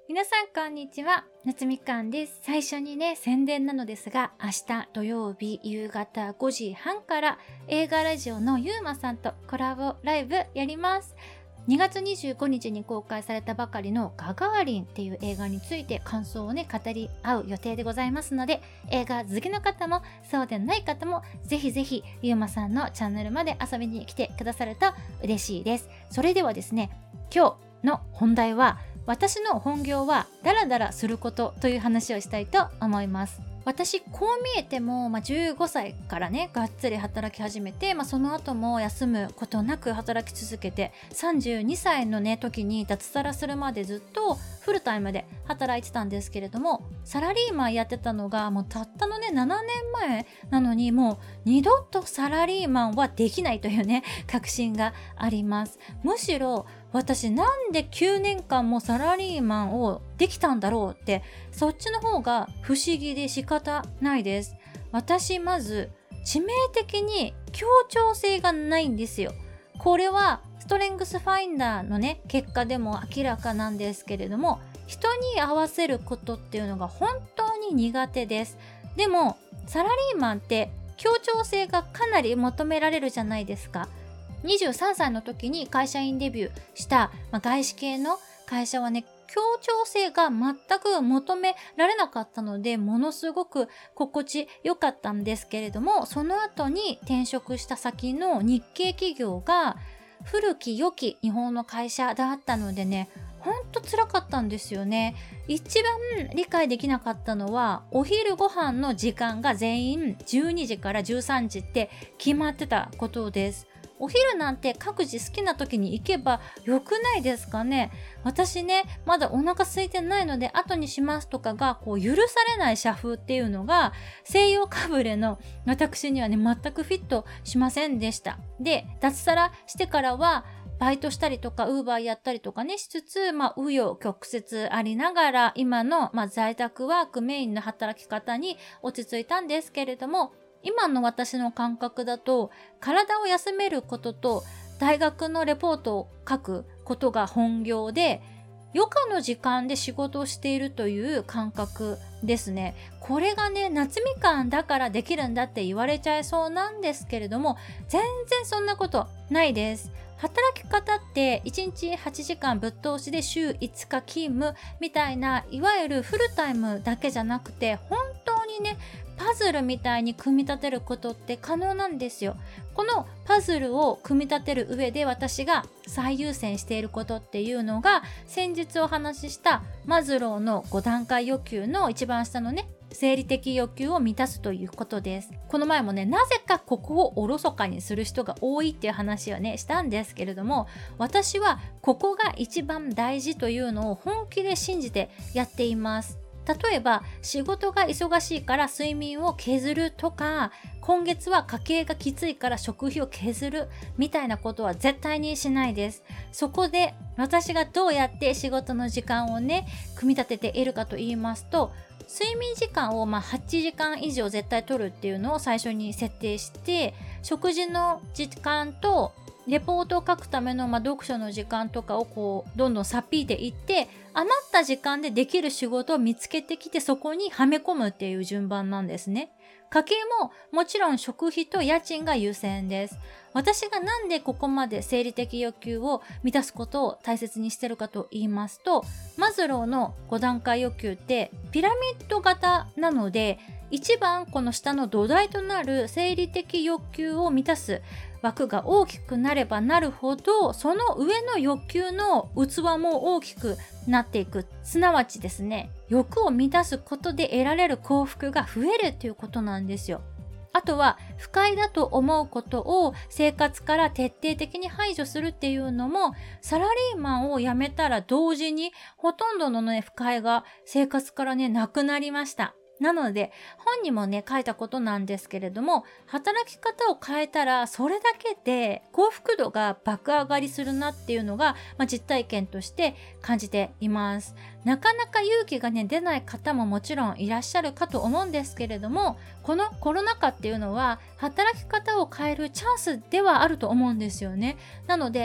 皆さんこんにちは、夏みかんです。最初にね、宣伝なのですが、明日土曜日夕方5時半から映画ラジオのゆうまさんとコラボライブやります。2月25日に公開されたばかりのガガーリンっていう映画について感想をね、語り合う予定でございますので、映画好きの方もそうでない方もぜひぜひゆうまさんのチャンネルまで遊びに来てくださると嬉しいです。それではですね、今日の本題は私の本業はダラダラすることという話をしたいと思います。私こう見えても、15歳からねがっつり働き始めて、その後も休むことなく働き続けて32歳のね時に脱サラするまでずっとフルタイムで働いてたんですけれども、サラリーマンやってたのがもうたったのね7年前なのに、もう二度とサラリーマンはできないというね確信があります。むしろ私なんで9年間もサラリーマンをできたんだろうって、そっちの方が不思議で仕方ないです。私まず致命的に協調性がないんですよ。これはストレングスファインダーのね結果でも明らかなんですけれども、人に合わせることっていうのが本当に苦手です。でもサラリーマンって協調性がかなり求められるじゃないですか。23歳の時に会社員デビューした、外資系の会社はね、協調性が全く求められなかったので、ものすごく心地よかったんですけれども、その後に転職した先の日系企業が古き良き日本の会社だったのでね、ほんと辛かったんですよね。一番理解できなかったのは、お昼ご飯の時間が全員12時から13時って決まってたことです。お昼なんて各自好きな時に行けばよくないですかね。私ね、まだお腹空いてないので後にしますとかが許されない社風っていうのが西洋かぶれの私にはね全くフィットしませんでした。で、脱サラしてからはバイトしたりとかウーバーやったりとかねしつつ、紆余曲折ありながら今の、在宅ワークメインの働き方に落ち着いたんですけれども、今の私の感覚だと体を休めることと大学のレポートを書くことが本業で、余暇の時間で仕事をしているという感覚ですね。これがね、夏みかんだからできるんだって言われちゃいそうなんですけれども、全然そんなことないです。働き方って1日8時間ぶっ通しで週5日勤務みたいな、いわゆるフルタイムだけじゃなくて、本当にねパズルみたいに組み立てることって可能なんですよ。このパズルを組み立てる上で私が最優先していることっていうのが、先日お話ししたマズローの5段階欲求の一番下のね、生理的欲求を満たすということです。この前もね、なぜかここをおろそかにする人が多いっていう話をねしたんですけれども、私はここが一番大事というのを本気で信じてやっています。例えば仕事が忙しいから睡眠を削るとか、今月は家計がきついから食費を削るみたいなことは絶対にしないです。そこで私がどうやって仕事の時間をね組み立てているかと言いますと、睡眠時間を8時間以上絶対取るっていうのを最初に設定して、食事の時間とレポートを書くための、読書の時間とかをどんどんさっぴいていって、余った時間でできる仕事を見つけてきてそこにはめ込むっていう順番なんですね。家計ももちろん食費と家賃が優先です。私がなんでここまで生理的欲求を満たすことを大切にしてるかと言いますと、マズローの5段階欲求ってピラミッド型なので、一番この下の土台となる生理的欲求を満たす枠が大きくなればなるほど、その上の欲求の器も大きくなっていく。すなわちですね、欲を満たすことで得られる幸福が増えるということなんですよ。あとは不快だと思うことを生活から徹底的に排除するっていうのも、サラリーマンを辞めたら同時にほとんどのね不快が生活からねなくなりました。なので本にもね書いたことなんですけれども、働き方を変えたらそれだけで幸福度が爆上がりするなっていうのが、実体験として感じています。なかなか勇気がね出ない方ももちろんいらっしゃるかと思うんですけれども、このコロナ禍っていうのは働き方を変えるチャンスではあると思うんですよね。なので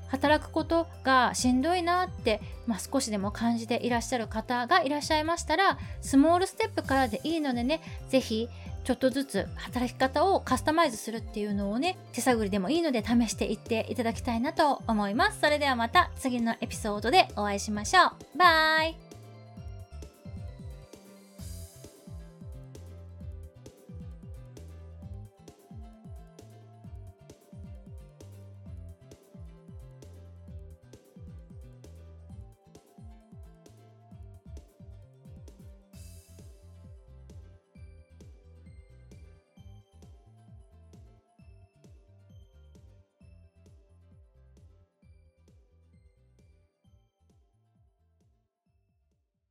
働くことがしんどいなって、少しでも感じていらっしゃる方がいらっしゃいましたら、スモールステップからでいいのでね、ぜひちょっとずつ働き方をカスタマイズするっていうのをね、手探りでもいいので試していっていただきたいなと思います。それではまた次のエピソードでお会いしましょう。バイ。